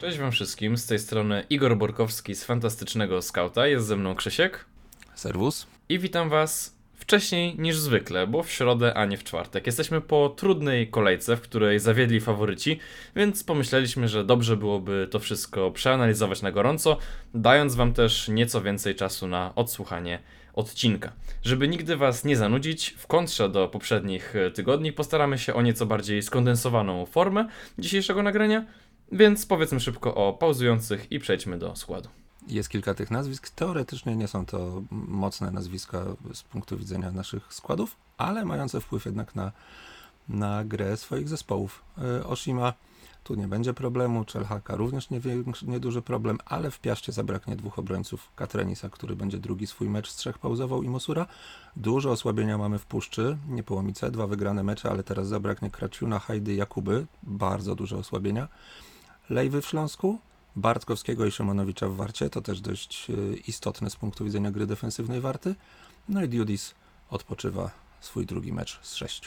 Cześć wam wszystkim, z tej strony Igor Borkowski z Fantastycznego Skauta, jest ze mną Krzysiek Serwus. i witam was wcześniej niż zwykle, bo w środę, a nie w czwartek. Jesteśmy po trudnej kolejce, w której zawiedli faworyci, więc pomyśleliśmy, że dobrze byłoby to wszystko przeanalizować na gorąco, dając wam też nieco więcej czasu na odsłuchanie odcinka. Żeby nigdy was nie zanudzić, w kontrze do poprzednich tygodni postaramy się o nieco bardziej skondensowaną formę dzisiejszego nagrania, więc powiedzmy szybko o pauzujących i przejdźmy do składu. Jest kilka tych nazwisk. Teoretycznie nie są to mocne nazwiska z punktu widzenia naszych składów, ale mające wpływ jednak na grę swoich zespołów. Oshima, tu nie będzie problemu, Czelhaka również nieduży problem, ale w Piaście zabraknie dwóch obrońców. Katrenisa, który będzie drugi swój mecz z trzech pauzował, i Mosura. Dużo osłabienia mamy w Puszczy, Niepołomice, 2 wygrane mecze, ale teraz zabraknie Kraciuna, Hajdy, Jakuby. Bardzo duże osłabienia. Lejwy w Śląsku, Bartkowskiego i Szymonowicza w Warcie, to też dość istotne z punktu widzenia gry defensywnej Warty. No i Diudis odpoczywa swój drugi mecz z 6.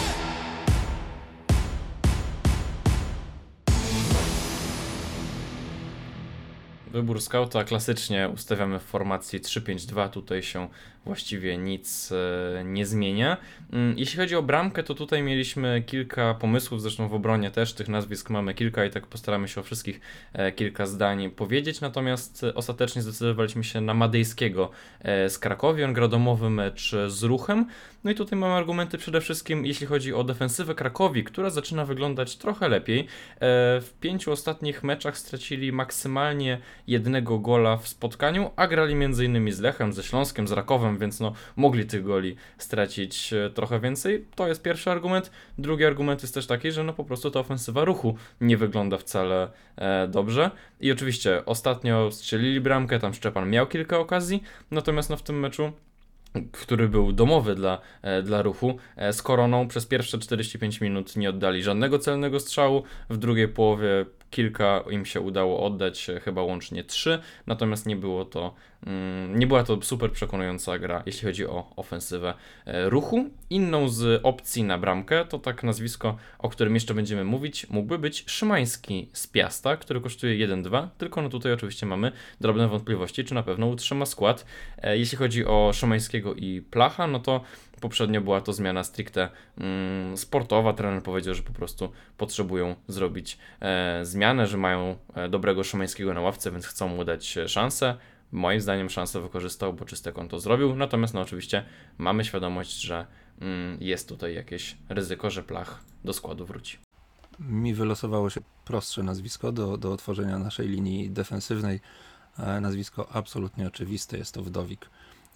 Wybór skauta klasycznie ustawiamy w formacji 3-5-2, tutaj się właściwie nic nie zmienia. Jeśli chodzi o bramkę, to tutaj mieliśmy kilka pomysłów, zresztą w obronie też tych nazwisk mamy kilka i tak postaramy się o wszystkich kilka zdań powiedzieć, natomiast ostatecznie zdecydowaliśmy się na Madejskiego z Krakowi, on gra domowy mecz z Ruchem. No i tutaj mamy argumenty przede wszystkim, jeśli chodzi o defensywę Krakowi, która zaczyna wyglądać trochę lepiej. W 5 ostatnich meczach stracili maksymalnie jednego gola w spotkaniu, a grali m.in. z Lechem, ze Śląskiem, z Rakowem, więc mogli tych goli stracić trochę więcej. To jest pierwszy argument. Drugi argument jest też taki, że po prostu ta ofensywa Ruchu nie wygląda wcale dobrze. I oczywiście ostatnio strzelili bramkę, tam Szczepan miał kilka okazji, natomiast w tym meczu, który był domowy dla Ruchu, z Koroną przez pierwsze 45 minut nie oddali żadnego celnego strzału, w drugiej połowie kilka im się udało oddać, chyba łącznie 3, natomiast nie była to super przekonująca gra, jeśli chodzi o ofensywę Ruchu. Inną z opcji na bramkę, to tak nazwisko, o którym jeszcze będziemy mówić, mógłby być Szymański z Piasta, który kosztuje 1,2, tylko tutaj oczywiście mamy drobne wątpliwości, czy na pewno utrzyma skład. Jeśli chodzi o Szymańskiego i Placha, to poprzednio była to zmiana stricte sportowa. Trener powiedział, że po prostu potrzebują zrobić zmianę, że mają dobrego Szymańskiego na ławce, więc chcą mu dać szansę. Moim zdaniem szansę wykorzystał, bo czyste konto zrobił. Natomiast oczywiście mamy świadomość, że jest tutaj jakieś ryzyko, że Plach do składu wróci. Mi wylosowało się prostsze nazwisko do otworzenia naszej linii defensywnej. Nazwisko absolutnie oczywiste, jest to Wdowik.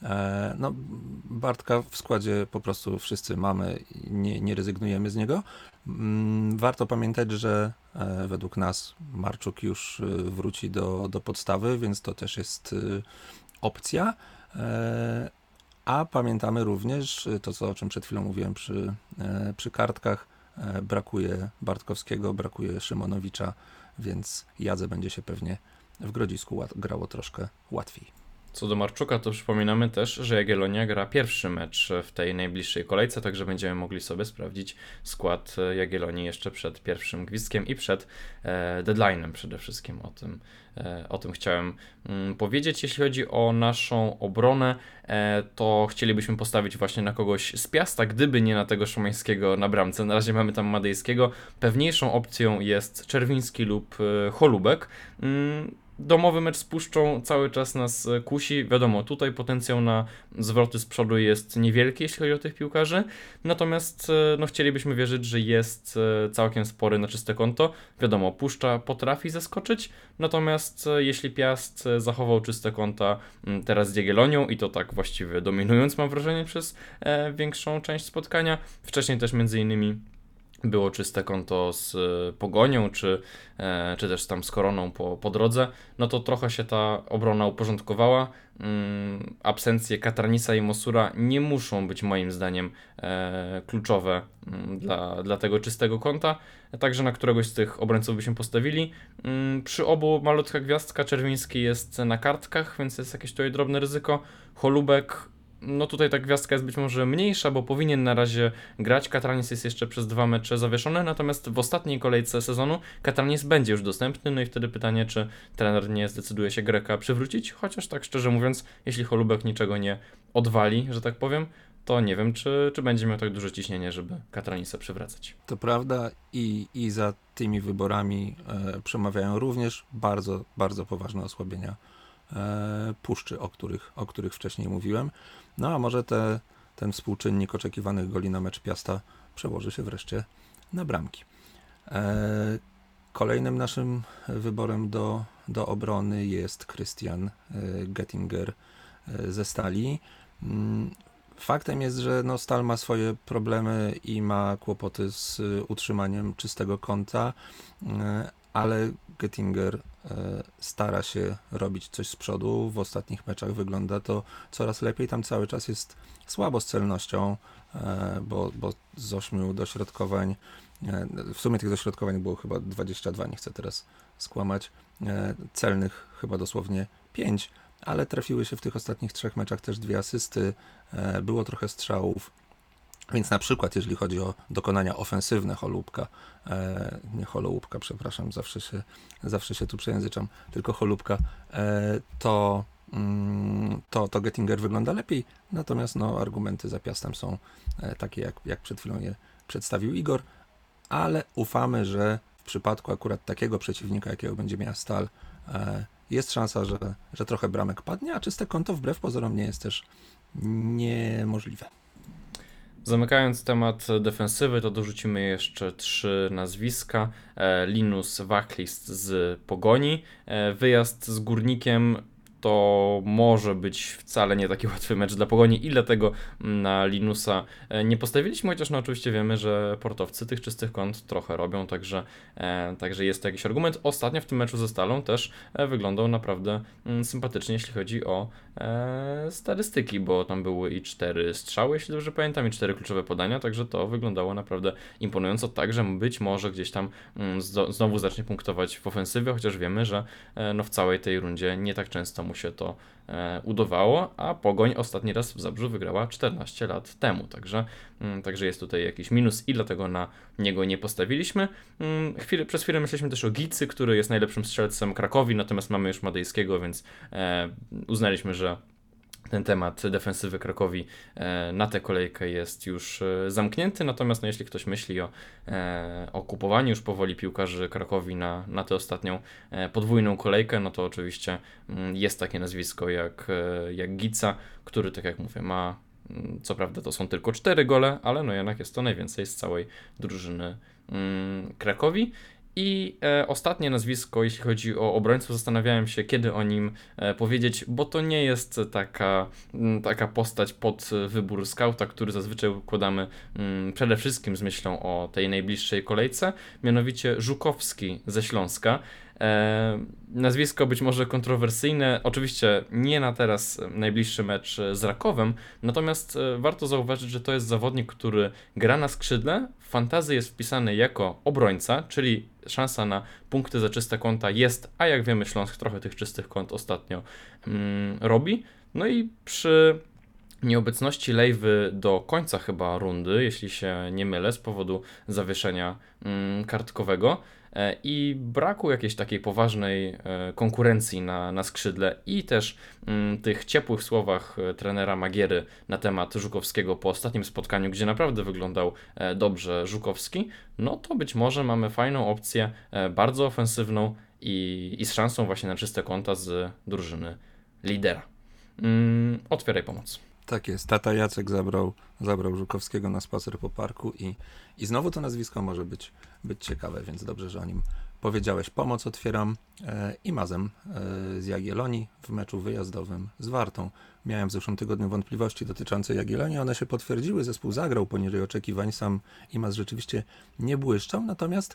Bartka w składzie po prostu wszyscy mamy, nie rezygnujemy z niego. Warto pamiętać, że według nas Marczuk już wróci do podstawy, więc to też jest opcja. A pamiętamy również to, o czym przed chwilą mówiłem przy kartkach. Brakuje Bartkowskiego, brakuje Szymonowicza, więc Jadze będzie się pewnie w Grodzisku grało troszkę łatwiej. Co do Marczuka, to przypominamy też, że Jagiellonia gra pierwszy mecz w tej najbliższej kolejce, także będziemy mogli sobie sprawdzić skład Jagiellonii jeszcze przed pierwszym gwizdkiem i przed deadline'em przede wszystkim. O tym chciałem powiedzieć. Jeśli chodzi o naszą obronę, to chcielibyśmy postawić właśnie na kogoś z Piasta, gdyby nie na tego Szymańskiego na bramce. Na razie mamy tam Madejskiego. Pewniejszą opcją jest Czerwiński lub Holubek. Domowy mecz z Puszczą cały czas nas kusi. Wiadomo, tutaj potencjał na zwroty z przodu jest niewielki, jeśli chodzi o tych piłkarzy. Natomiast chcielibyśmy wierzyć, że jest całkiem spory na czyste konto. Wiadomo, Puszcza potrafi zaskoczyć, natomiast jeśli Piast zachował czyste konta teraz z Jagiellonią i to tak właściwie dominując, mam wrażenie, przez większą część spotkania. Wcześniej też między innymi było czyste konto z Pogonią, czy też tam z Koroną po drodze, to trochę się ta obrona uporządkowała. Absencje Katranisa i Mosura nie muszą być moim zdaniem kluczowe dla tego czystego konta, także na któregoś z tych obrońców byśmy postawili. Przy obu malutka gwiazdka, Czerwiński jest na kartkach, więc jest jakieś tutaj drobne ryzyko. Holubek no tutaj ta gwiazdka jest być może mniejsza, bo powinien na razie grać. Katranis jest jeszcze przez 2 mecze zawieszony, natomiast w ostatniej kolejce sezonu Katranis będzie już dostępny, no i wtedy pytanie, czy trener nie zdecyduje się Greka przywrócić, chociaż tak szczerze mówiąc, jeśli Holubek niczego nie odwali, że tak powiem, to nie wiem, czy będzie miał tak duże ciśnienie, żeby Katranisa przywracać. To prawda i za tymi wyborami przemawiają również bardzo, bardzo poważne osłabienia Puszczy, o których wcześniej mówiłem. No a może ten współczynnik oczekiwanych goli na mecz Piasta przełoży się wreszcie na bramki. Kolejnym naszym wyborem do obrony jest Christian Gettinger ze Stali. Faktem jest, że no Stal ma swoje problemy i ma kłopoty z utrzymaniem czystego kąta, ale Gettinger stara się robić coś z przodu. W ostatnich meczach wygląda to coraz lepiej. Tam cały czas jest słabo z celnością, bo z 8 dośrodkowań, w sumie tych dośrodkowań było chyba 22, nie chcę teraz skłamać, celnych chyba dosłownie 5, ale trafiły się w tych ostatnich 3 meczach też 2 asysty, było trochę strzałów, więc na przykład jeżeli chodzi o dokonania ofensywne Holubka, przepraszam, zawsze się tu przejęzyczam, tylko Holubka, to Gettinger wygląda lepiej, natomiast no, argumenty za Piastem są takie, jak przed chwilą je przedstawił Igor, ale ufamy, że w przypadku akurat takiego przeciwnika, jakiego będzie miała Stal, jest szansa, że trochę bramek padnie, a czyste konto wbrew pozorom nie jest też niemożliwe. Zamykając temat defensywy, to dorzucimy jeszcze 3 nazwiska. Linus Wachlist z Pogoni. Wyjazd z Górnikiem to może być wcale nie taki łatwy mecz dla Pogoni i dlatego na Linusa nie postawiliśmy, chociaż no oczywiście wiemy, że portowcy tych czystych kąt trochę robią, także jest to jakiś argument. Ostatnio w tym meczu ze Stalą też wyglądał naprawdę sympatycznie, jeśli chodzi o statystyki, bo tam były i 4 strzały, jeśli dobrze pamiętam, i 4 kluczowe podania, także to wyglądało naprawdę imponująco, także być może gdzieś tam znowu zacznie punktować w ofensywie, chociaż wiemy, że no w całej tej rundzie nie tak często mu się to udawało, a Pogoń ostatni raz w Zabrzu wygrała 14 lat temu, także jest tutaj jakiś minus i dlatego na niego nie postawiliśmy. Przez chwilę myśleliśmy też o Gicy, który jest najlepszym strzelcem Krakowi, natomiast mamy już Madejskiego, więc uznaliśmy, że ten temat defensywy Krakowi na tę kolejkę jest już zamknięty, natomiast no, jeśli ktoś myśli o kupowaniu już powoli piłkarzy Krakowi na tę ostatnią podwójną kolejkę, no to oczywiście jest takie nazwisko jak Gica, który, tak jak mówię, ma, co prawda to są tylko 4 gole, ale no jednak jest to najwięcej z całej drużyny Krakowi. I ostatnie nazwisko, jeśli chodzi o obrońców, zastanawiałem się, kiedy o nim powiedzieć, bo to nie jest taka postać pod wybór skauta, który zazwyczaj układamy przede wszystkim z myślą o tej najbliższej kolejce, mianowicie Żukowski ze Śląska. Nazwisko być może kontrowersyjne, oczywiście nie na teraz najbliższy mecz z Rakowem, natomiast warto zauważyć, że to jest zawodnik, który gra na skrzydle, w fantazji jest wpisany jako obrońca, czyli szansa na punkty za czyste konta jest, a jak wiemy Śląsk trochę tych czystych kont ostatnio robi, no i przy nieobecności Lejwy do końca chyba rundy, jeśli się nie mylę, z powodu zawieszenia kartkowego i braku jakiejś takiej poważnej konkurencji na skrzydle i też tych ciepłych słowach trenera Magiery na temat Żukowskiego po ostatnim spotkaniu, gdzie naprawdę wyglądał dobrze Żukowski, no to być może mamy fajną opcję, bardzo ofensywną i z szansą właśnie na czyste konta z drużyny lidera. Otwieraj pomoc. Tak jest, tata Jacek zabrał Żukowskiego na spacer po parku i znowu to nazwisko może być ciekawe, więc dobrze, że o nim powiedziałeś. Pomoc otwieram Imazem z Jagiellonii w meczu wyjazdowym z Wartą. Miałem w zeszłym tygodniu wątpliwości dotyczące Jagiellonii, one się potwierdziły, zespół zagrał poniżej oczekiwań, sam Imaz rzeczywiście nie błyszczał, natomiast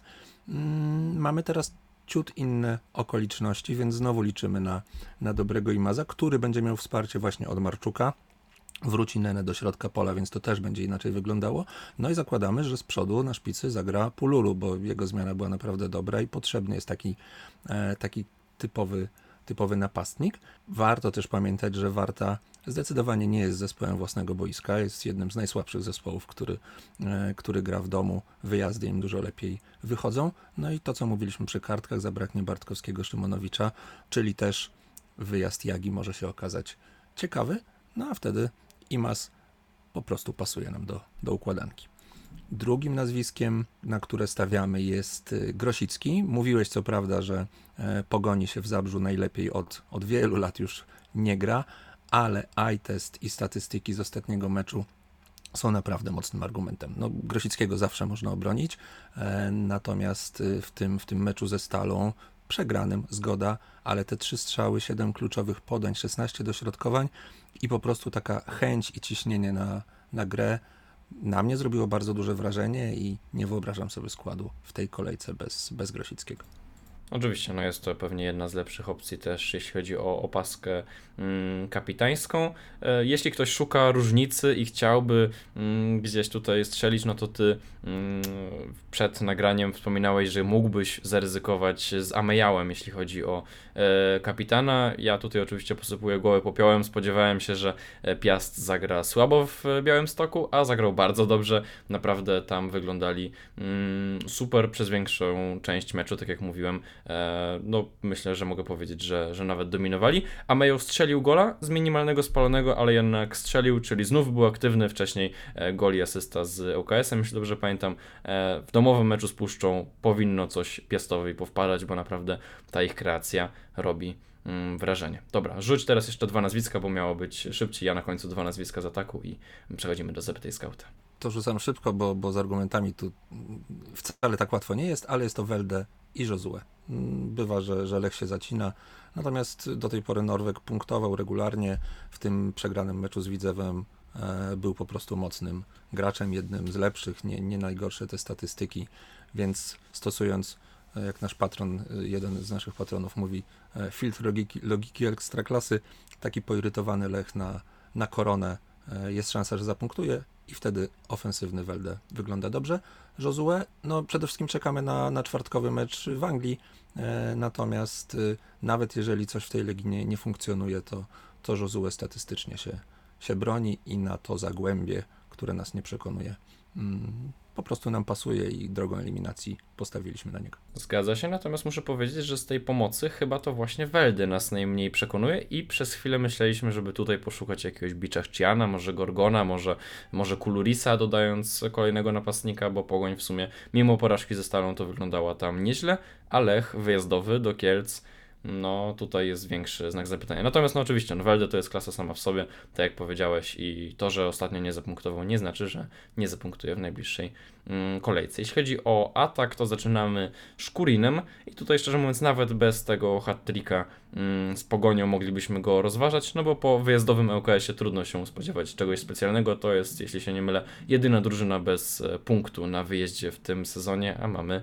mamy teraz ciut inne okoliczności, więc znowu liczymy na dobrego Imaza, który będzie miał wsparcie właśnie od Marczuka. Wróci Nene do środka pola, więc to też będzie inaczej wyglądało. No i zakładamy, że z przodu na szpicy zagra Pululu, bo jego zmiana była naprawdę dobra i potrzebny jest taki typowy napastnik. Warto też pamiętać, że Warta zdecydowanie nie jest zespołem własnego boiska, jest jednym z najsłabszych zespołów, który gra w domu, wyjazdy im dużo lepiej wychodzą. No i to, co mówiliśmy przy kartkach, zabraknie Bartkowskiego, Szymonowicza, czyli też wyjazd Jagi może się okazać ciekawy, no a wtedy Imas po prostu pasuje nam do układanki. Drugim nazwiskiem, na które stawiamy, jest Grosicki. Mówiłeś co prawda, że Pogoni się w Zabrzu najlepiej od wielu lat już nie gra, ale eye test i statystyki z ostatniego meczu są naprawdę mocnym argumentem. No, Grosickiego zawsze można obronić, natomiast w tym meczu ze Stalą, przegranym, zgoda, ale te 3 strzały, 7 kluczowych podań, 16 dośrodkowań i po prostu taka chęć i ciśnienie na grę na mnie zrobiło bardzo duże wrażenie i nie wyobrażam sobie składu w tej kolejce bez Grosickiego. Oczywiście, no jest to pewnie jedna z lepszych opcji też, jeśli chodzi o opaskę kapitańską. Jeśli ktoś szuka różnicy i chciałby gdzieś tutaj strzelić, no to ty przed nagraniem wspominałeś, że mógłbyś zaryzykować z Amejałem, jeśli chodzi o kapitana. Ja tutaj oczywiście posypuję głowę popiołem. Spodziewałem się, że Piast zagra słabo w Białymstoku, a zagrał bardzo dobrze. Naprawdę tam wyglądali super przez większą część meczu, tak jak mówiłem. No myślę, że mogę powiedzieć, że nawet dominowali. Amejo strzelił gola z minimalnego spalonego, ale jednak strzelił, czyli znów był aktywny. Wcześniej gol i asysta z ŁKS-em, jeśli dobrze pamiętam. W domowym meczu z Puszczą powinno coś Piastowi powpadać, bo naprawdę ta ich kreacja robi wrażenie. Dobra, rzuć teraz jeszcze 2 nazwiska, bo miało być szybciej. Ja na końcu 2 nazwiska z ataku i przechodzimy do Zapytaj Skauta. To rzucam szybko, bo z argumentami tu wcale tak łatwo nie jest, ale jest to Welde i Josue. Bywa, że Lech się zacina, natomiast do tej pory Norweg punktował regularnie. W tym przegranym meczu z Widzewem był po prostu mocnym graczem, jednym z lepszych, nie najgorsze te statystyki, więc stosując, jak nasz patron, jeden z naszych patronów mówi, filtr logiki ekstraklasy, taki poirytowany Lech na koronę, jest szansa, że zapunktuje i wtedy ofensywny Welde wygląda dobrze. Josue, no przede wszystkim czekamy na czwartkowy mecz w Anglii, natomiast nawet jeżeli coś w tej Legii nie funkcjonuje, to Josue statystycznie się broni i na to zagłębie, które nas nie przekonuje, po prostu nam pasuje i drogą eliminacji postawiliśmy na niego. Zgadza się, natomiast muszę powiedzieć, że z tej pomocy chyba to właśnie Welde nas najmniej przekonuje i przez chwilę myśleliśmy, żeby tutaj poszukać jakiegoś Biczachciana, może Gorgona, może Kulurisa, dodając kolejnego napastnika, bo Pogoń w sumie mimo porażki ze Stalą to wyglądała tam nieźle, a Lech wyjazdowy do Kielc, no tutaj jest większy znak zapytania. Natomiast no oczywiście, Welde to jest klasa sama w sobie, tak jak powiedziałeś, i to, że ostatnio nie zapunktował, nie znaczy, że nie zapunktuje w najbliższej kolejce. Jeśli chodzi o atak, to zaczynamy Szkurinem i tutaj szczerze mówiąc nawet bez tego hat-tricka z Pogonią moglibyśmy go rozważać, no bo po wyjazdowym ŁKS-ie trudno się spodziewać czegoś specjalnego. To jest, jeśli się nie mylę, jedyna drużyna bez punktu na wyjeździe w tym sezonie, a mamy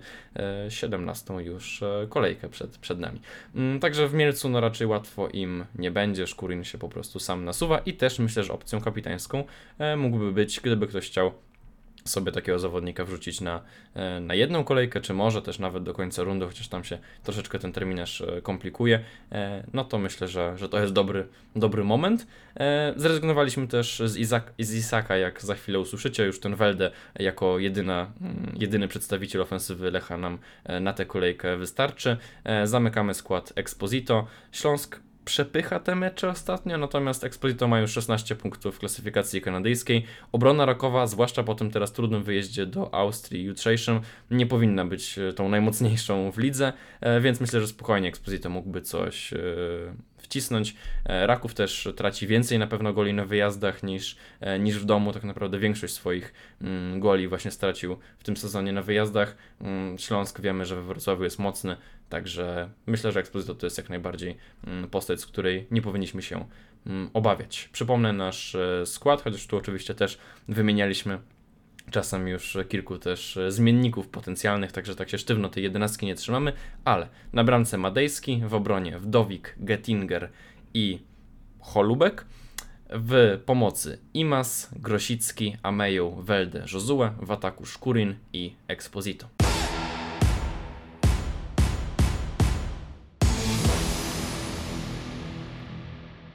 17 już kolejkę przed nami. Także w Mielcu no raczej łatwo im nie będzie, Szkurin się po prostu sam nasuwa i też myślę, że opcją kapitańską mógłby być, gdyby ktoś chciał sobie takiego zawodnika wrzucić na jedną kolejkę, czy może też nawet do końca rundy, chociaż tam się troszeczkę ten terminarz komplikuje, no to myślę, że to jest dobry moment. Zrezygnowaliśmy też z Isaka, jak za chwilę usłyszycie, już ten Welde jako jedyny przedstawiciel ofensywy Lecha nam na tę kolejkę wystarczy. Zamykamy skład Exposito. Śląsk przepycha te mecze ostatnio, natomiast Exposito ma już 16 punktów w klasyfikacji kanadyjskiej. Obrona Rakowa, zwłaszcza po tym teraz trudnym wyjeździe do Austrii jutrzejszym, nie powinna być tą najmocniejszą w lidze, więc myślę, że spokojnie Exposito mógłby coś wcisnąć. Raków też traci więcej na pewno goli na wyjazdach niż w domu. Tak naprawdę większość swoich goli właśnie stracił w tym sezonie na wyjazdach. Śląsk wiemy, że we Wrocławiu jest mocny, także myślę, że Exposito to jest jak najbardziej postać, z której nie powinniśmy się obawiać. Przypomnę nasz skład, chociaż tu oczywiście też wymienialiśmy czasem już kilku też zmienników potencjalnych, także tak się sztywno tej 11 nie trzymamy, ale na bramce Madejski, w obronie Wdowik, Gettinger i Holubek, w pomocy Imas, Grosicki, Ameju, Welde, Josue, w ataku Szkurin i Exposito.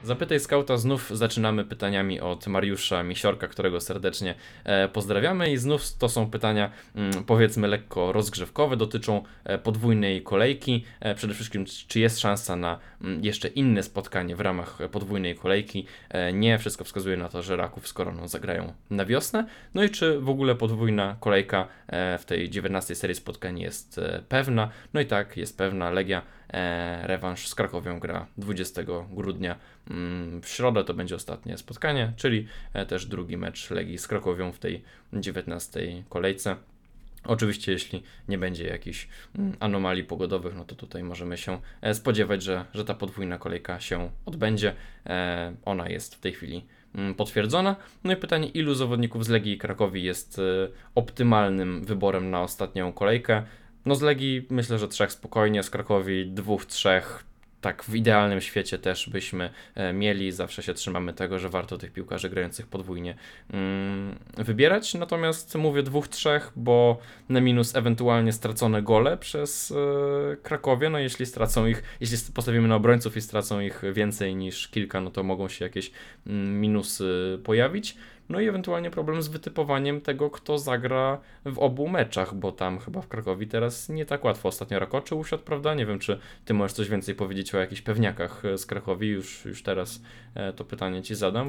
Zapytaj Skauta, znów zaczynamy pytaniami od Mariusza Misiorka, którego serdecznie pozdrawiamy i znów to są pytania powiedzmy lekko rozgrzewkowe, dotyczą podwójnej kolejki. Przede wszystkim czy jest szansa na jeszcze inne spotkanie w ramach podwójnej kolejki? Nie, wszystko wskazuje na to, że Raków z Koroną zagrają na wiosnę. No i czy w ogóle podwójna kolejka w tej 19 serii spotkań jest pewna? No i tak, jest pewna. Legia rewanż z Krakowią gra 20 grudnia w środę, to będzie ostatnie spotkanie, czyli też drugi mecz Legii z Krakowią w tej 19 kolejce. Oczywiście, jeśli nie będzie jakichś anomalii pogodowych, no to tutaj możemy się spodziewać, że ta podwójna kolejka się odbędzie. Ona jest w tej chwili potwierdzona. No i pytanie, ilu zawodników z Legii i Krakowi jest optymalnym wyborem na ostatnią kolejkę? No z Legii myślę, że 3 spokojnie, z Krakowi 2, 3, tak w idealnym świecie też byśmy mieli. Zawsze się trzymamy tego, że warto tych piłkarzy grających podwójnie wybierać. Natomiast mówię 2, 3, bo na minus ewentualnie stracone gole przez Krakowie. No jeśli stracą ich, jeśli postawimy na obrońców i stracą ich więcej niż kilka, no to mogą się jakieś minusy pojawić. No i ewentualnie problem z wytypowaniem tego, kto zagra w obu meczach, bo tam chyba w Krakowi teraz nie tak łatwo. Ostatnio Rakoczy usiadł, prawda? Nie wiem, czy ty możesz coś więcej powiedzieć o jakichś pewniakach z Krakowi. Już teraz to pytanie ci zadam,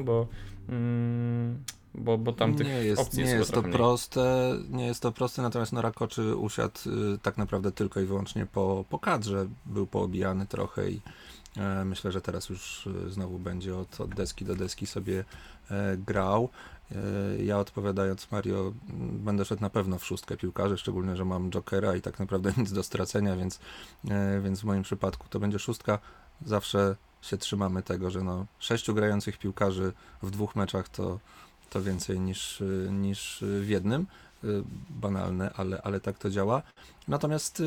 bo tam tych opcji nie jest to trochę mniej. proste, nie jest to proste, natomiast no Rakoczy usiadł tak naprawdę tylko i wyłącznie po kadrze, był poobijany trochę i myślę, że teraz już znowu będzie od deski do deski sobie grał. Ja odpowiadając Mario, będę szedł na pewno w 6 piłkarzy, szczególnie, że mam Jokera i tak naprawdę nic do stracenia, więc w moim przypadku to będzie 6. Zawsze się trzymamy tego, że 6 grających piłkarzy w 2 meczach to więcej niż w jednym. Banalne, ale tak to działa. Natomiast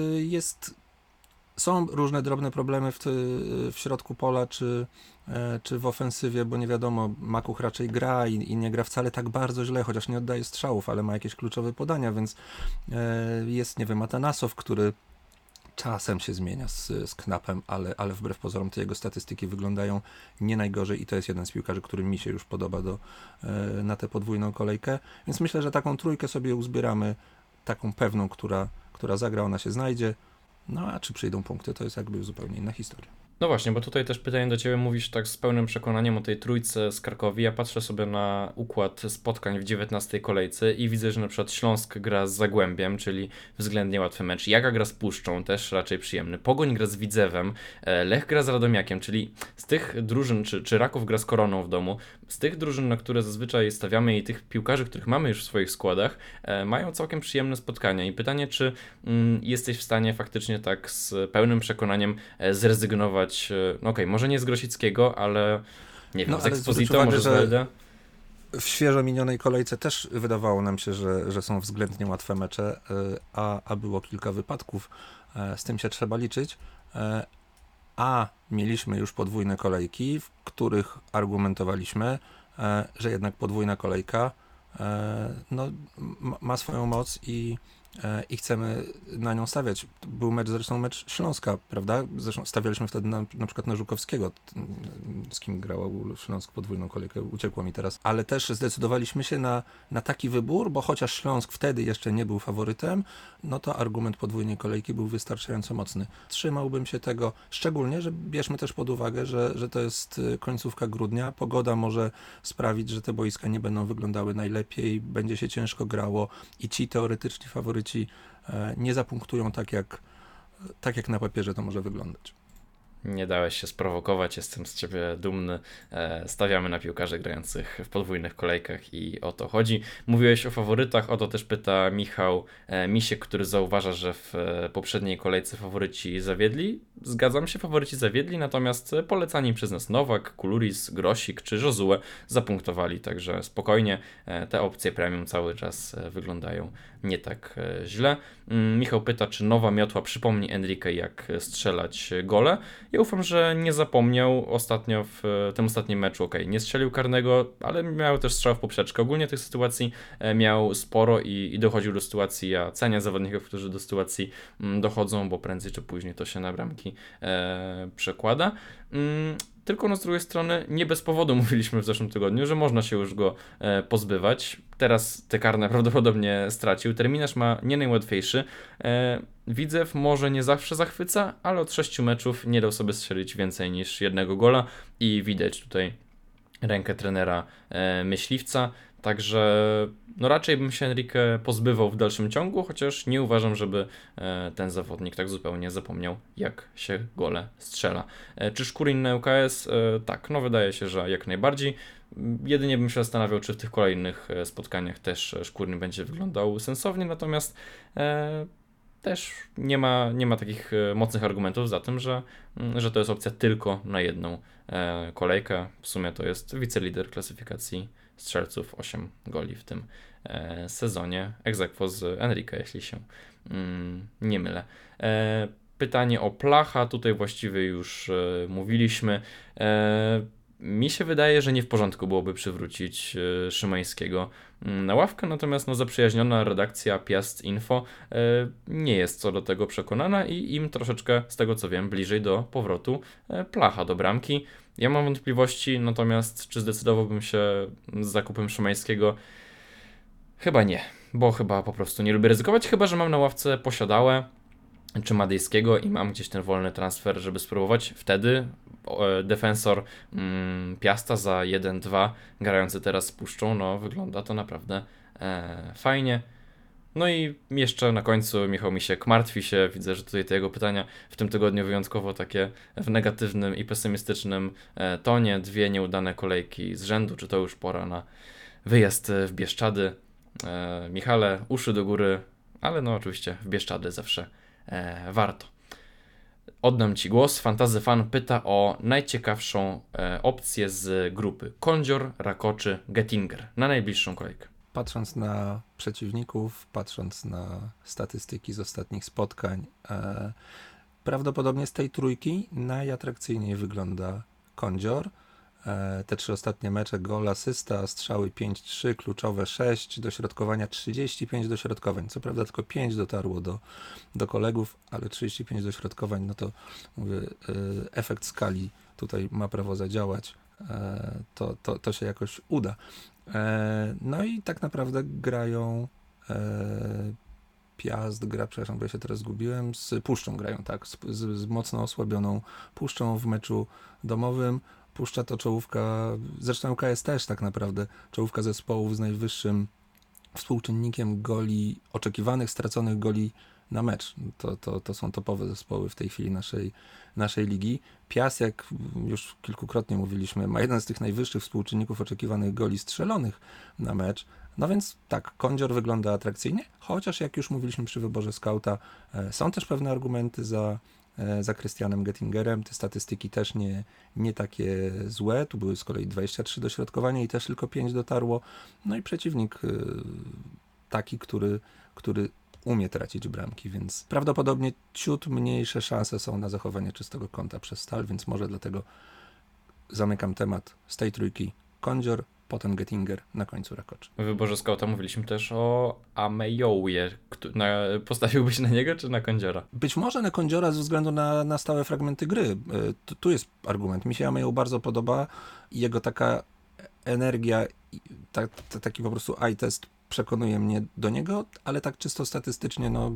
są różne drobne problemy w środku pola, czy w ofensywie, bo nie wiadomo, Makuch raczej gra i nie gra wcale tak bardzo źle, chociaż nie oddaje strzałów, ale ma jakieś kluczowe podania, więc jest, nie wiem, Atanasow, który czasem się zmienia z Knapem, ale wbrew pozorom te jego statystyki wyglądają nie najgorzej i to jest jeden z piłkarzy, który mi się już podoba na tę podwójną kolejkę, więc myślę, że taką trójkę sobie uzbieramy, taką pewną, która zagra, ona się znajdzie. No a czy przyjdą punkty, to jest jakby zupełnie inna historia. No właśnie, bo tutaj też pytanie do Ciebie, mówisz tak z pełnym przekonaniem o tej trójce z Krakowi. Ja patrzę sobie na układ spotkań w 19 kolejce i widzę, że na przykład Śląsk gra z Zagłębiem, czyli względnie łatwy mecz. Jaga gra z Puszczą, też raczej przyjemny. Pogoń gra z Widzewem, Lech gra z Radomiakiem, czyli z tych drużyn, czy Raków gra z Koroną w domu, z tych drużyn, na które zazwyczaj stawiamy i tych piłkarzy, których mamy już w swoich składach, mają całkiem przyjemne spotkania. I pytanie, czy jesteś w stanie faktycznie tak z pełnym przekonaniem zrezygnować, no okej, może nie z Grosickiego, ale nie wiem, z Exposito, może z Welde. W świeżo minionej kolejce też wydawało nam się, że są względnie łatwe mecze, a było kilka wypadków. Z tym się trzeba liczyć. A mieliśmy już podwójne kolejki, w których argumentowaliśmy, że jednak podwójna kolejka ma swoją moc i chcemy na nią stawiać. Był zresztą mecz Śląska, prawda? Zresztą stawialiśmy wtedy na przykład na Żukowskiego, z kim grał Śląsk podwójną kolejkę, uciekło mi teraz. Ale też zdecydowaliśmy się na taki wybór, bo chociaż Śląsk wtedy jeszcze nie był faworytem, no to argument podwójnej kolejki był wystarczająco mocny. Trzymałbym się tego, szczególnie, że bierzmy też pod uwagę, że to jest końcówka grudnia, pogoda może sprawić, że te boiska nie będą wyglądały najlepiej, będzie się ciężko grało i ci teoretyczni faworyci nie zapunktują tak jak na papierze to może wyglądać. Nie dałeś się sprowokować, jestem z Ciebie dumny. Stawiamy na piłkarzy grających w podwójnych kolejkach i o to chodzi. Mówiłeś o faworytach, o to też pyta Michał Misiek, który zauważa, że w poprzedniej kolejce faworyci zawiedli. Zgadzam się, faworyci zawiedli, natomiast polecani przez nas Nowak, Kuluris, Grosik czy Josue zapunktowali, także spokojnie te opcje premium cały czas wyglądają nie tak źle. Michał pyta, czy nowa miotła przypomni Enrique, jak strzelać gole. Ja ufam, że nie zapomniał ostatnio w tym ostatnim meczu. Nie strzelił karnego, ale miał też strzał w poprzeczkę. Ogólnie tych sytuacji miał sporo i dochodził do sytuacji. Ja cenię zawodników, którzy do sytuacji dochodzą, bo prędzej czy później to się na bramki przekłada. tylko no z drugiej strony nie bez powodu mówiliśmy w zeszłym tygodniu, że można się już go pozbywać. Teraz te karne prawdopodobnie stracił. Terminarz ma nie najłatwiejszy. Widzew może nie zawsze zachwyca, ale od 6 meczów nie dał sobie strzelić więcej niż jednego gola i widać tutaj rękę trenera myśliwca. Także no raczej bym się Enrique pozbywał w dalszym ciągu, chociaż nie uważam, żeby ten zawodnik tak zupełnie zapomniał, jak się gole strzela. Czy Szkurin na ŁKS? Tak, no wydaje się, że jak najbardziej. Jedynie bym się zastanawiał, czy w tych kolejnych spotkaniach też Szkurin będzie wyglądał sensownie, natomiast też nie ma takich mocnych argumentów za tym, że to jest opcja tylko na jedną kolejkę. W sumie to jest wicelider klasyfikacji strzelców, 8 goli w tym sezonie. Ex aequo z Enrique, jeśli się nie mylę. Pytanie o Placha, tutaj właściwie już mówiliśmy. Mi się wydaje, że nie w porządku byłoby przywrócić Szymańskiego na ławkę, natomiast no, zaprzyjaźniona redakcja Piast Info nie jest co do tego przekonana i im troszeczkę, z tego co wiem, bliżej do powrotu Placha do bramki. Ja mam wątpliwości, natomiast czy zdecydowałbym się z zakupem Szymańskiego? Chyba nie, bo chyba po prostu nie lubię ryzykować, chyba że mam na ławce Posiadałę czy Madejskiego i mam gdzieś ten wolny transfer, żeby spróbować. Wtedy defensor Piasta za 1-2 grający teraz z Puszczą, no wygląda to naprawdę fajnie. No i jeszcze na końcu Michał Misiek martwi się, widzę, że tutaj te jego pytania w tym tygodniu wyjątkowo takie w negatywnym i pesymistycznym tonie. 2 nieudane kolejki z rzędu, czy to już pora na wyjazd w Bieszczady? Michale, uszy do góry, ale no oczywiście w Bieszczady zawsze warto. Oddam Ci głos. Fantasy Fan pyta o najciekawszą opcję z grupy Kondzior, Rakoczy, Gettinger na najbliższą kolejkę. Patrząc na przeciwników, patrząc na statystyki z ostatnich spotkań, prawdopodobnie z tej trójki najatrakcyjniej wygląda Kondzior. Te 3 ostatnie mecze, gol, asysta, strzały 5-3, kluczowe 6, dośrodkowania 35 dośrodkowań. Co prawda tylko 5 dotarło do kolegów, ale 35 dośrodkowań, no to mówię, efekt skali tutaj ma prawo zadziałać. To się jakoś uda. No i tak naprawdę grają Piast gra, przepraszam, bo ja się teraz zgubiłem, z Puszczą grają, tak, z mocno osłabioną Puszczą w meczu domowym. Puszcza to czołówka, zresztą ŁKS też tak naprawdę, czołówka zespołów z najwyższym współczynnikiem goli, oczekiwanych, straconych goli na mecz. To są topowe zespoły w tej chwili naszej ligi. Piast, jak już kilkukrotnie mówiliśmy, ma jeden z tych najwyższych współczynników oczekiwanych goli strzelonych na mecz. No więc tak, Kondzior wygląda atrakcyjnie, chociaż jak już mówiliśmy przy wyborze skauta, są też pewne argumenty za Christianem Gettingerem. Te statystyki też nie takie złe. Tu były z kolei 23 dośrodkowania i też tylko 5 dotarło. No i przeciwnik taki, który umie tracić bramki, więc prawdopodobnie ciut mniejsze szanse są na zachowanie czystego kąta przez Stal, więc może dlatego zamykam temat z tej trójki. Kondzior, potem Gettinger, na końcu Rakoczy. W wyborze skauta mówiliśmy też o Amejowie. Postawiłbyś na niego czy na Kondziora? Być może na Kondziora ze względu na stałe fragmenty gry. Tu jest argument. Mi się Amejow bardzo podoba i jego taka energia, taki po prostu eye test przekonuje mnie do niego, ale tak czysto statystycznie, no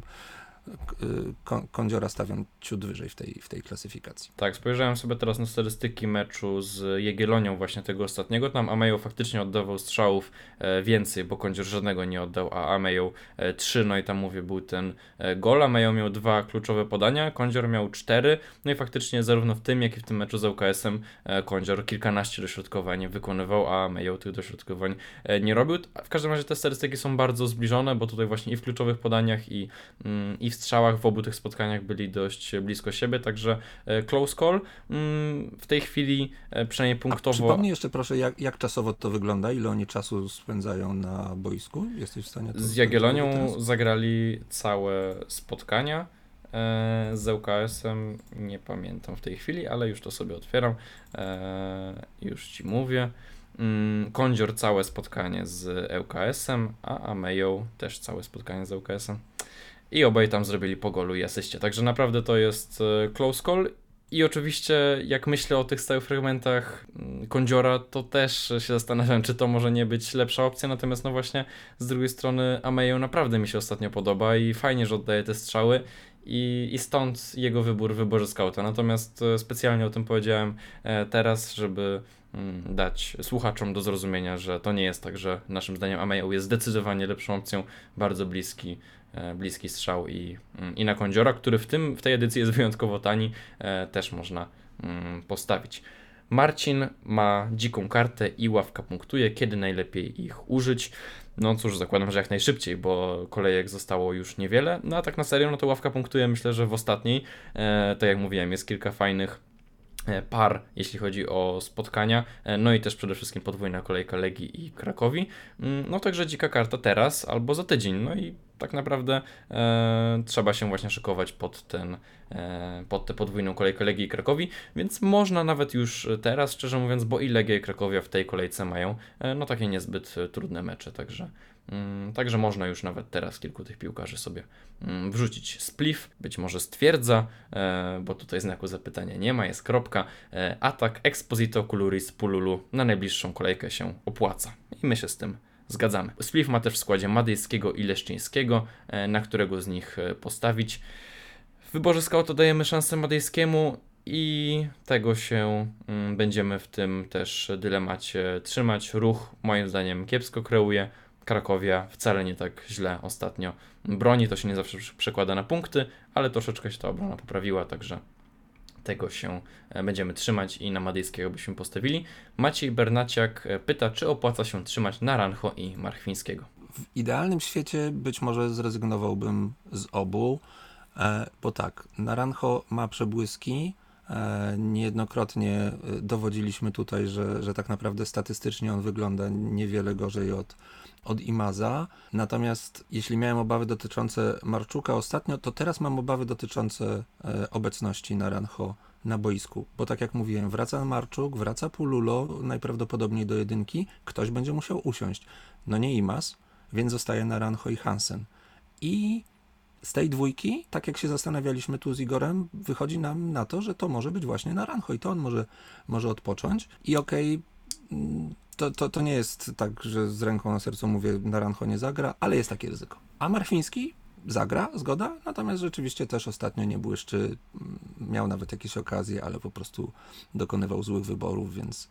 Kondziora stawiam ciut wyżej w tej klasyfikacji. Tak, spojrzałem sobie teraz na statystyki meczu z Jagiellonią właśnie tego ostatniego. Tam Amejow faktycznie oddawał strzałów więcej, bo Kondzior żadnego nie oddał, a Amejow 3, no i tam mówię, był ten gol. Amejow miał 2 kluczowe podania, Kondzior miał 4, no i faktycznie zarówno w tym, jak i w tym meczu z ŁKS-em Kondzior kilkanaście dośrodkowań wykonywał, a Amejow tych dośrodkowań nie robił. W każdym razie te statystyki są bardzo zbliżone, bo tutaj właśnie i w kluczowych podaniach i w strzałach w obu tych spotkaniach byli dość blisko siebie, także close call. W tej chwili przynajmniej punktowo... Przypomnij jeszcze proszę, jak czasowo to wygląda, ile oni czasu spędzają na boisku? Jesteś w stanie to z Jagiellonią zagrali całe spotkania, z ŁKS-em nie pamiętam w tej chwili, ale już to sobie otwieram, już Ci mówię. Kondzior całe spotkanie z ŁKS-em, a Amejow też całe spotkanie z ŁKS-em. I obaj tam zrobili po golu i asyście. Także naprawdę to jest close call. I oczywiście, jak myślę o tych stałych fragmentach Kądziora, to też się zastanawiam, czy to może nie być lepsza opcja, natomiast no właśnie z drugiej strony Amejo naprawdę mi się ostatnio podoba i fajnie, że oddaje te strzały i stąd jego wybór w wyborze skauta. Natomiast specjalnie o tym powiedziałem teraz, żeby dać słuchaczom do zrozumienia, że to nie jest tak, że naszym zdaniem Amejo jest zdecydowanie lepszą opcją, bardzo bliski strzał i na Kądziora, który w tej edycji jest wyjątkowo tani, też można postawić. Marcin ma dziką kartę i ławka punktuje, kiedy najlepiej ich użyć. No cóż, zakładam, że jak najszybciej, bo kolejek zostało już niewiele. No a tak na serio, no to ławka punktuje, myślę, że w ostatniej. Tak jak mówiłem, jest kilka fajnych par, jeśli chodzi o spotkania, no i też przede wszystkim podwójna kolejka Legii i Krakowi. No także dzika karta teraz albo za tydzień, no i tak naprawdę trzeba się właśnie szykować pod tę podwójną kolejkę Legii i Krakowi, więc można nawet już teraz, szczerze mówiąc, bo i Legia i Krakowia w tej kolejce mają no takie niezbyt trudne mecze, także można już nawet teraz kilku tych piłkarzy sobie wrzucić. Spliff być może stwierdza, bo tutaj znaku zapytania nie ma, jest kropka. Atak Exposito Kuluris Pululu na najbliższą kolejkę się opłaca. I my się z tym zgadzamy. Spliff ma też w składzie Madejskiego i Leszczyńskiego, na którego z nich postawić. W wyborze skauta dajemy szansę Madejskiemu i tego się będziemy w tym też dylemacie trzymać. Ruch moim zdaniem kiepsko kreuje. Krakowia wcale nie tak źle ostatnio broni, to się nie zawsze przekłada na punkty, ale troszeczkę się ta obrona poprawiła, także tego się będziemy trzymać i na Madejskiego byśmy postawili. Maciej Bernaciak pyta, czy opłaca się trzymać Naranjo i Marchwińskiego. W idealnym świecie być może zrezygnowałbym z obu, bo tak, Naranjo ma przebłyski, niejednokrotnie dowodziliśmy tutaj, że tak naprawdę statystycznie on wygląda niewiele gorzej od Imaza. Natomiast jeśli miałem obawy dotyczące Marczuka ostatnio, to teraz mam obawy dotyczące obecności Naranjo na boisku. Bo tak jak mówiłem, wraca Marczuk, wraca Pululo, najprawdopodobniej do jedynki, ktoś będzie musiał usiąść. No nie Imaz, więc zostaje Naranjo i Hansen. I z tej dwójki, tak jak się zastanawialiśmy tu z Igorem, wychodzi nam na to, że to może być właśnie Naranjo i to on może odpocząć. I okej, to nie jest tak, że z ręką na sercu mówię, Naranjo nie zagra, ale jest takie ryzyko. A Marchwiński zagra, zgoda, natomiast rzeczywiście też ostatnio nie błyszczy, miał nawet jakieś okazje, ale po prostu dokonywał złych wyborów, więc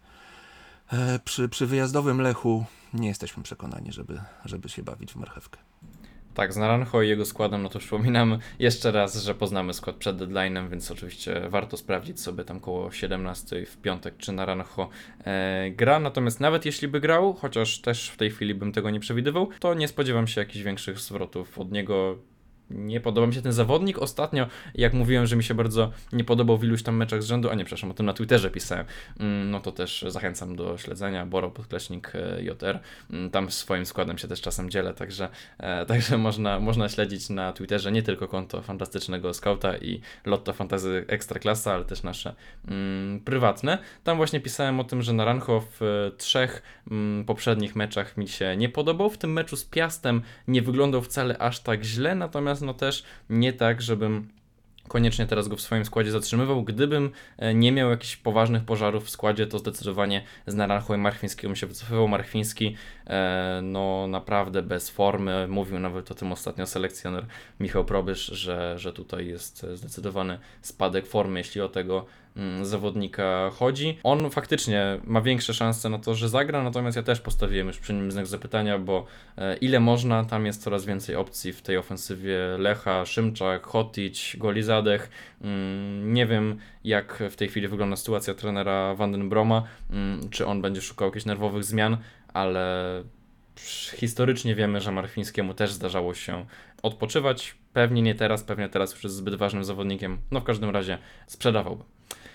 przy wyjazdowym Lechu nie jesteśmy przekonani, żeby się bawić w marchewkę. Tak, z Naranjo i jego składem, no to przypominam jeszcze raz, że poznamy skład przed deadline'em, więc oczywiście warto sprawdzić sobie tam koło 17 w piątek, czy Naranjo gra. Natomiast nawet jeśli by grał, chociaż też w tej chwili bym tego nie przewidywał, to nie spodziewam się jakichś większych zwrotów od niego. Nie podoba mi się ten zawodnik. Ostatnio, jak mówiłem, że mi się bardzo nie podobał w iluś tam meczach z rzędu, przepraszam, o tym na Twitterze pisałem, no to też zachęcam do śledzenia, Boro_JR, tam swoim składem się też czasem dzielę, także można śledzić na Twitterze nie tylko konto Fantastycznego Skauta i Lotto Fantasy Ekstraklasa, ale też nasze prywatne. Tam właśnie pisałem o tym, że Naranjo w 3 poprzednich meczach mi się nie podobał. W tym meczu z Piastem nie wyglądał wcale aż tak źle, natomiast no też nie tak, żebym koniecznie teraz go w swoim składzie zatrzymywał. Gdybym nie miał jakichś poważnych pożarów w składzie, to zdecydowanie z Naranjo i Marchwińskiego bym się wycofywał. Marchwiński no naprawdę bez formy. Mówił nawet o tym ostatnio selekcjoner Michał Probysz, że tutaj jest zdecydowany spadek formy, jeśli o tego zawodnika chodzi. On faktycznie ma większe szanse na to, że zagra, natomiast ja też postawiłem już przy nim znak zapytania, bo ile można, tam jest coraz więcej opcji w tej ofensywie Lecha, Szymczak, Hotić, Golizadech. Nie wiem, jak w tej chwili wygląda sytuacja trenera Vandenbroma, czy on będzie szukał jakichś nerwowych zmian, ale historycznie wiemy, że Marchwińskiemu też zdarzało się odpoczywać. Pewnie teraz już jest zbyt ważnym zawodnikiem, no w każdym razie sprzedawałbym.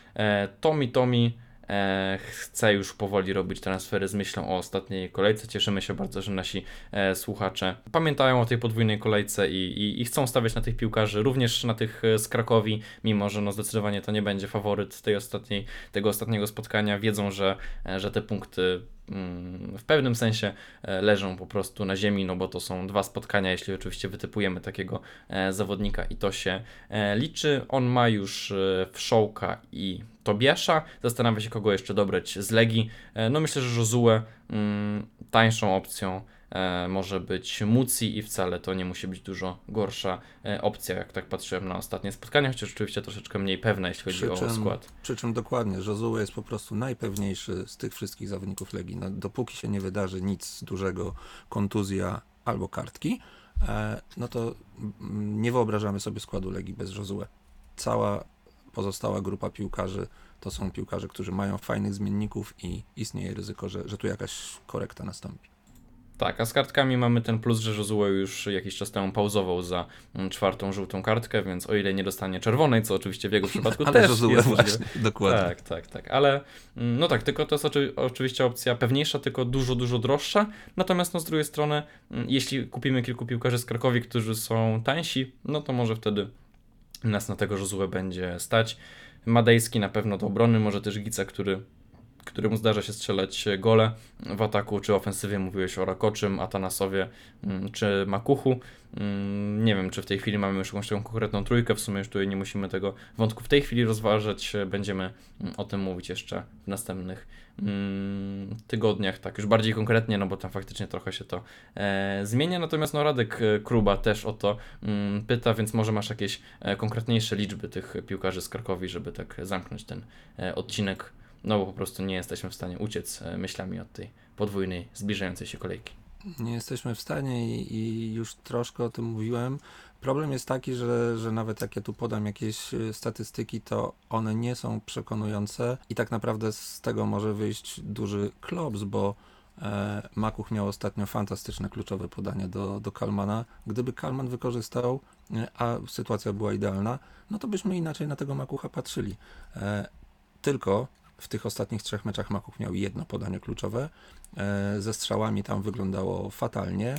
Tommy chce już powoli robić transfery z myślą o ostatniej kolejce. Cieszymy się bardzo, że nasi słuchacze pamiętają o tej podwójnej kolejce i chcą stawiać na tych piłkarzy, również na tych z Krakowi, mimo że no zdecydowanie to nie będzie faworyt tego ostatniego spotkania. Wiedzą, że te punkty w pewnym sensie leżą po prostu na ziemi, no bo to są 2 spotkania, jeśli oczywiście wytypujemy takiego zawodnika i to się liczy. On ma już Wszołka i Tobiasza, zastanawia się, kogo jeszcze dobrać z Legii. No myślę, że Josue tańszą opcją może być Muci i wcale to nie musi być dużo gorsza opcja, jak tak patrzyłem na ostatnie spotkania, chociaż oczywiście troszeczkę mniej pewna, jeśli chodzi o skład. Przy czym dokładnie, Josue jest po prostu najpewniejszy z tych wszystkich zawodników Legii. No, dopóki się nie wydarzy nic dużego, kontuzja albo kartki, no to nie wyobrażamy sobie składu Legii bez Josue. Cała pozostała grupa piłkarzy to są piłkarze, którzy mają fajnych zmienników i istnieje ryzyko, że tu jakaś korekta nastąpi. Tak, a z kartkami mamy ten plus, że Josue już jakiś czas temu pauzował za 4. żółtą kartkę, więc o ile nie dostanie czerwonej, co oczywiście w jego przypadku ale też Josue jest właśnie, dokładnie. Tak, ale no tak, tylko to jest oczywiście opcja pewniejsza, tylko dużo droższa, natomiast no z drugiej strony, jeśli kupimy kilku piłkarzy z Krakowi, którzy są tańsi, no to może wtedy nas na tego Josue będzie stać. Madejski na pewno do obrony, może też Gica, któremu zdarza się strzelać gole w ataku czy ofensywie. Mówiłeś o Rakoczym, Atanasowie czy Makuchu. Nie wiem, czy w tej chwili mamy już jakąś taką konkretną trójkę, w sumie już tutaj nie musimy tego wątku w tej chwili rozważać, będziemy o tym mówić jeszcze w następnych tygodniach, tak już bardziej konkretnie, no bo tam faktycznie trochę się to zmienia, natomiast no Radek Kruba też o to pyta, więc może masz jakieś konkretniejsze liczby tych piłkarzy z Krakowi, żeby tak zamknąć ten odcinek, no bo po prostu nie jesteśmy w stanie uciec myślami od tej podwójnej, zbliżającej się kolejki. Nie jesteśmy w stanie i już troszkę o tym mówiłem. Problem jest taki, że nawet jak ja tu podam jakieś statystyki, to one nie są przekonujące i tak naprawdę z tego może wyjść duży klops, bo Makuch miał ostatnio fantastyczne kluczowe podanie do Kalmana. Gdyby Kalman wykorzystał, a sytuacja była idealna, no to byśmy inaczej na tego Makucha patrzyli. Tylko w tych ostatnich 3 meczach Makuch miał 1 podanie kluczowe. Ze strzałami tam wyglądało fatalnie.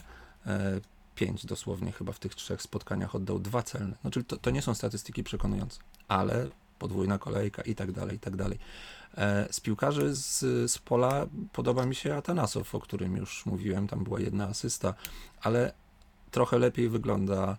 5 dosłownie chyba w tych 3 spotkaniach oddał 2 celne. No, czyli to nie są statystyki przekonujące, ale podwójna kolejka i tak dalej, i tak dalej. Z piłkarzy z pola podoba mi się Atanasow, o którym już mówiłem, tam była 1 asysta, ale trochę lepiej wygląda,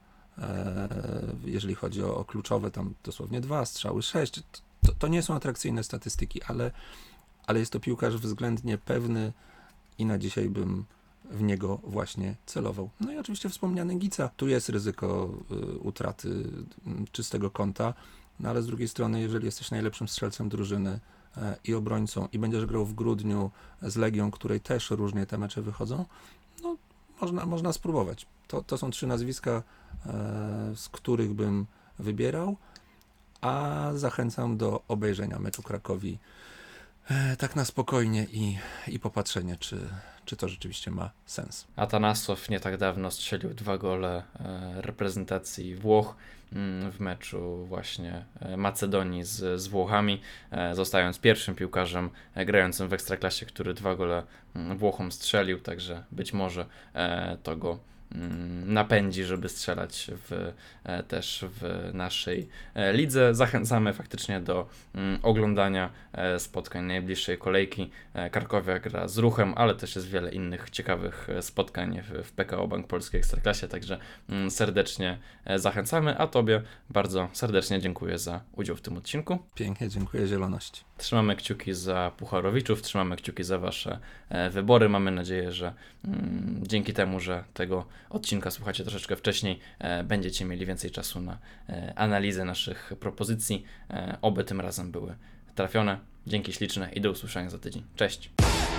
jeżeli chodzi o kluczowe, tam dosłownie 2 strzały, 6. To nie są atrakcyjne statystyki, ale jest to piłkarz względnie pewny i na dzisiaj bym w niego właśnie celował. No i oczywiście wspomniany Gica. Tu jest ryzyko utraty czystego konta, no ale z drugiej strony, jeżeli jesteś najlepszym strzelcem drużyny i obrońcą i będziesz grał w grudniu z Legią, której też różnie te mecze wychodzą, no można spróbować. To są 3 nazwiska, z których bym wybierał, a zachęcam do obejrzenia meczu Krakowi tak na spokojnie i popatrzenie, czy to rzeczywiście ma sens. Atanasow nie tak dawno strzelił 2 gole reprezentacji Włoch w meczu właśnie Macedonii z Włochami, zostając pierwszym piłkarzem grającym w Ekstraklasie, który 2 gole Włochom strzelił, także być może to go napędzi, żeby strzelać też w naszej lidze. Zachęcamy faktycznie do oglądania spotkań najbliższej kolejki. Krakowia gra z Ruchem, ale też jest wiele innych ciekawych spotkań w PKO Bank Polski Ekstraklasie, także serdecznie zachęcamy, a Tobie bardzo serdecznie dziękuję za udział w tym odcinku. Pięknie, dziękuję zieloności. Trzymamy kciuki za Pucharowiczów, trzymamy kciuki za Wasze wybory. Mamy nadzieję, że dzięki temu, że tego odcinka słuchacie troszeczkę wcześniej, będziecie mieli więcej czasu na analizę naszych propozycji. Oby tym razem były trafione. Dzięki śliczne i do usłyszenia za tydzień. Cześć!